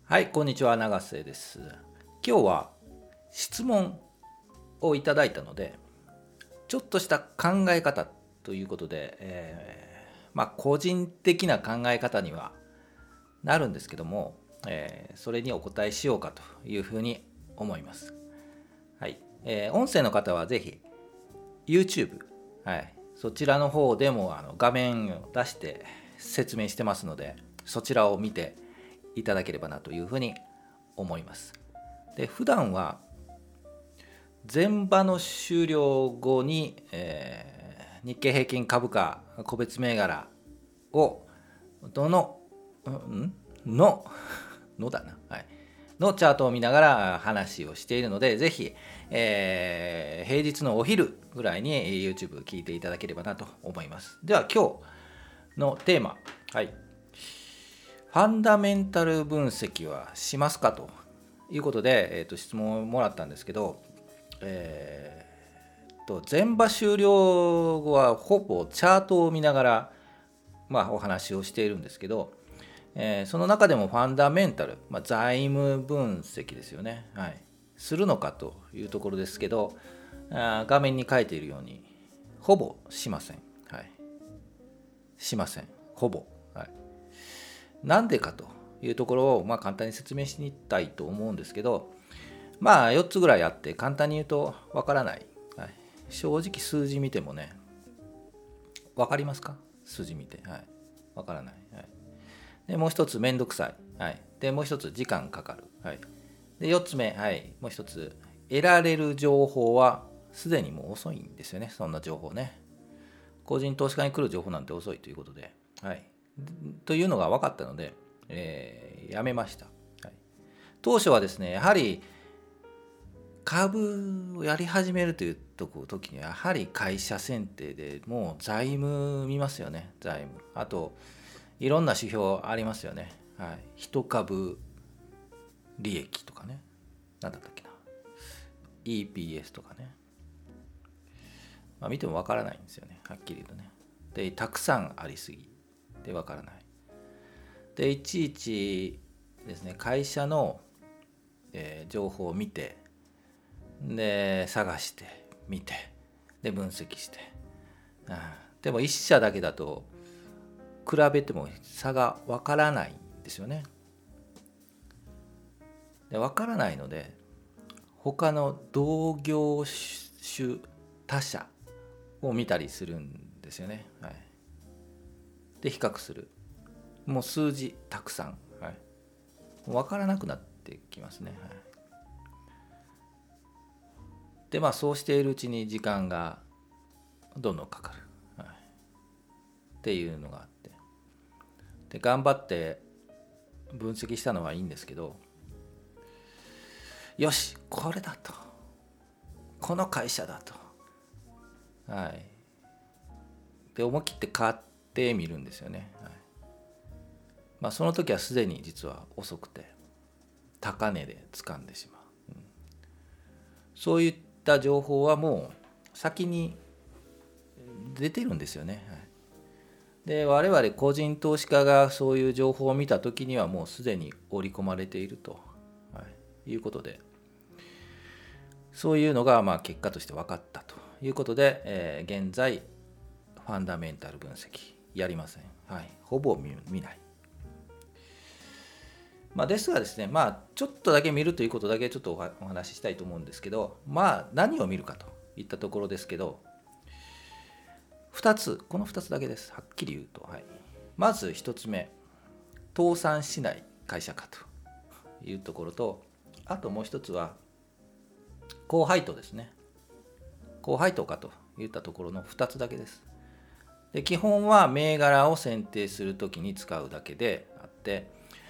はい、こんにちは、永瀬です。今日は質問をいただいたので、ちょっとした考え方ということで、個人的な考え方にはなるんですけども、それにお答えしようかというふうに思います。はい、音声の方はぜひ YouTube、はい、そちらの方でも画面を出して説明してますので、そちらを見ていただければなというふうに思います。で、普段は前場の終了後に、日経平均株価個別銘柄をのチャートを見ながら話をしているので、ぜひ、平日のお昼ぐらいに YouTube 聞いていただければなと思います。では今日のテーマ、はい、ファンダメンタル分析はしますかということで、質問をもらったんですけど、前場終了後はほぼチャートを見ながら、お話をしているんですけど、その中でもファンダメンタル、財務分析ですよね、はい、するのかというところですけど、画面に書いているようにほぼしません、はい、しません、ほぼ、はい、なんでかというところを簡単に説明していきたいと思うんですけど、4つぐらいあって簡単に言うとわからない、はい、正直数字見てもね、わかりますか？数字見て、はい、わからない、はい、でもう一つめんどくさい、はい、でもう一つ時間かかる、はい、で4つ目、はい、もう一つ得られる情報はすでにもう遅いんですよね。そんな情報ね、個人投資家に来る情報なんて遅いということで、はい、というのが分かったので、やめました、はい、当初はですね、やはり株をやり始めるという時にはやはり会社選定でもう財務見ますよね。財務、あといろんな指標ありますよね、はい、一株利益とかね、何だったっけな、 EPS とかね、見てもわからないんですよね、はっきり言うとね。で、たくさんありすぎでわからない。で、いちいちですね、会社の、情報を見て、で探して見て、で分析して、でも一社だけだと比べても差がわからないんですよね。で、わからないので他の同業種他社を見たりするんですよね、はい、で比較する。もう数字たくさん、はい、分からなくなってきますね、はい、でそうしているうちに時間がどんどんかかる、はい、っていうのがあって、で頑張って分析したのはいいんですけど、よしこれだと、この会社だと、はい、で思い切って買ってみるんですよね、はい、その時はすでに実は遅くて高値で掴んでしまう、そういった情報はもう先に出てるんですよね、はい、で我々個人投資家がそういう情報を見た時にはもうすでに織り込まれていると、いうことで、そういうのが結果として分かったということで、現在ファンダメンタル分析やりません、はい、ほぼ見ない。ですがですね、ちょっとだけ見るということだけちょっとお話ししたいと思うんですけど、何を見るかといったところですけど、この2つだけです、はっきり言うと、はい、まず1つ目、倒産しない会社かというところと、あともう1つは高配当ですね、高配当かといったところの2つだけです。で、基本は銘柄を選定するときに使うだけであって、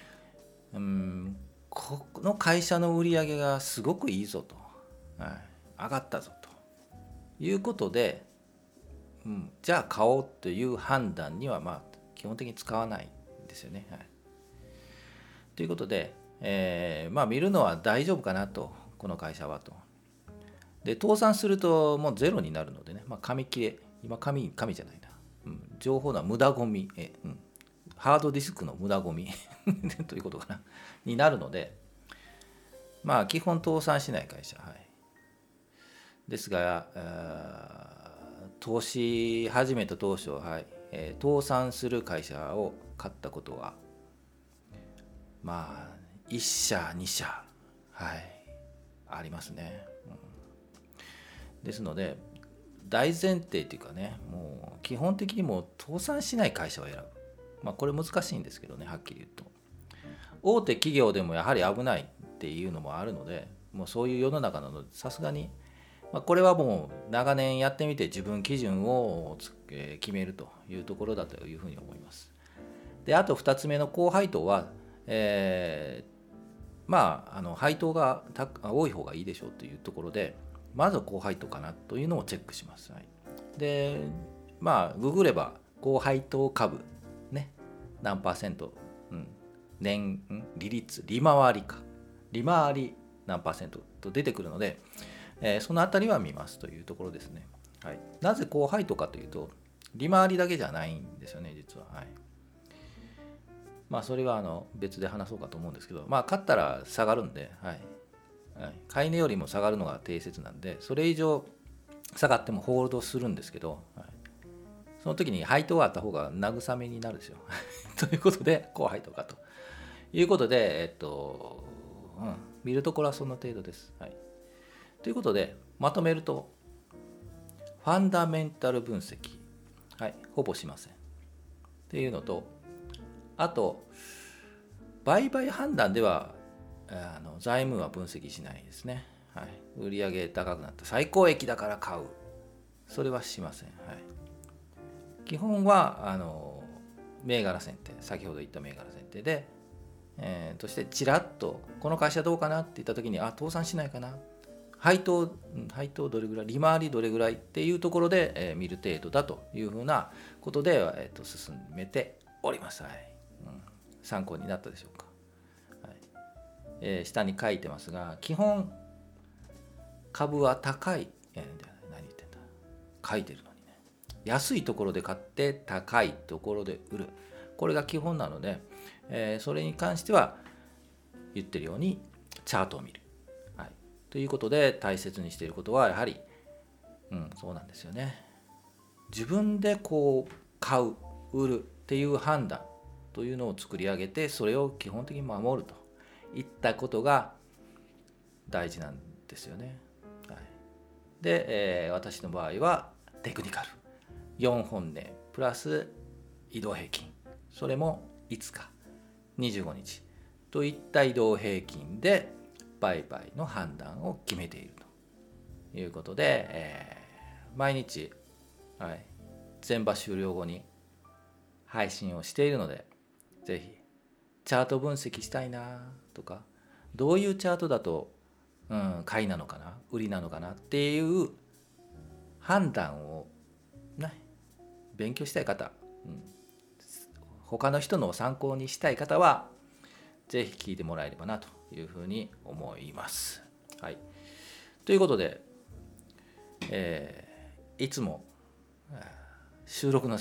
この会社の売り上げがすごくいいぞと、上がったぞということで、じゃあ買おうという判断には基本的に使わないんですよね、はい、ということで、見るのは大丈夫かなと、この会社はと。で、倒産するともうゼロになるのでね、紙切れ、今紙じゃないな、情報のは無駄ゴミ、 ハードディスクの無駄ゴミということかなになるので、基本倒産しない会社、ですが、投資始めた当初、倒産する会社を買ったことは1社2社ありますね、ですので大前提というかね、もう基本的にもう倒産しない会社を選ぶ、これ難しいんですけどね、はっきり言うと大手企業でもやはり危ないっていうのもあるので、もうそういう世の中なのでさすがに、これはもう長年やってみて自分基準を決めるというところだというふうに思います。であと2つ目の高配当は、配当が多い方がいいでしょうというところで、まずは高配当かなというのをチェックします。でググれば高配当株ね、何パーセント、利率利回り何パーセントと出てくるので、そのあたりは見ますというところですね。なぜ高配当かというと、利回りだけじゃないんですよね、実は。それは別で話そうかと思うんですけど、買ったら下がるんで、買い値よりも下がるのが定説なんで、それ以上下がってもホールドするんですけど、その時に配当があった方が慰めになるでしょということで高配当かということで、見るところはその程度です。ということでまとめると、ファンダメンタル分析、ほぼしませんっていうのと、あと売買判断では財務は分析しないですね。売上高くなった最高益だから買う、それはしません。基本は銘柄選定、先ほど言った銘柄選定で、としてちらっとこの会社どうかなって言った時に、倒産しないかな、配当どれぐらい、利回りどれぐらいっていうところで、見る程度だというふうなことで、進めております。参考になったでしょうか。下に書いてますが、基本株は高い、何言ってんだ、書いてるのにね、安いところで買って高いところで売る、これが基本なので、それに関しては言ってるようにチャートを見る、ということで大切にしていることはやはり、そうなんですよね。自分で買う売るっていう判断というのを作り上げて、それを基本的に守るといったことが大事なんですよね。で、私の場合はテクニカル4本値プラス移動平均、それも5日25日といった移動平均で売買の判断を決めているということで、毎日、全場終了後に配信をしているので、ぜひチャート分析したいなとか、どういうチャートだと、買いなのかな売りなのかなっていう判断を、勉強したい方、他の人の参考にしたい方はぜひ聞いてもらえればなというふうに思います。ということで、いつも収録の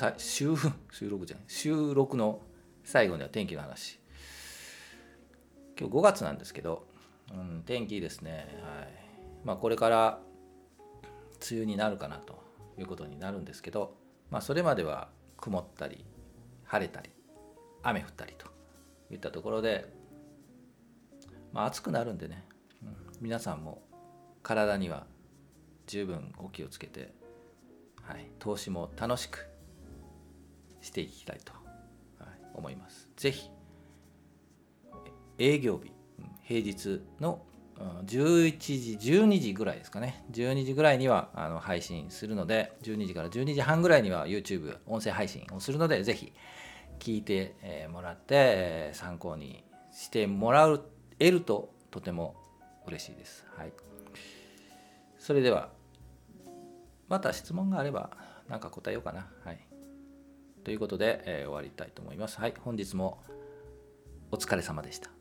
最後には天気の話。今日5月なんですけど、天気ですね。これから梅雨になるかなということになるんですけど、それまでは曇ったり晴れたり雨降ったりといったところで、暑くなるんでね、皆さんも体には十分お気をつけて、投資も楽しくしていきたいと思います。ぜひ営業日、平日の11時12時ぐらいですかね、12時ぐらいには配信するので、12時から12時半ぐらいには YouTube 音声配信をするので、ぜひ聞いてもらって参考にしてもらえるととても嬉しいです。それではまた質問があれば何か答えようかな。ということで、終わりたいと思います。本日もお疲れ様でした。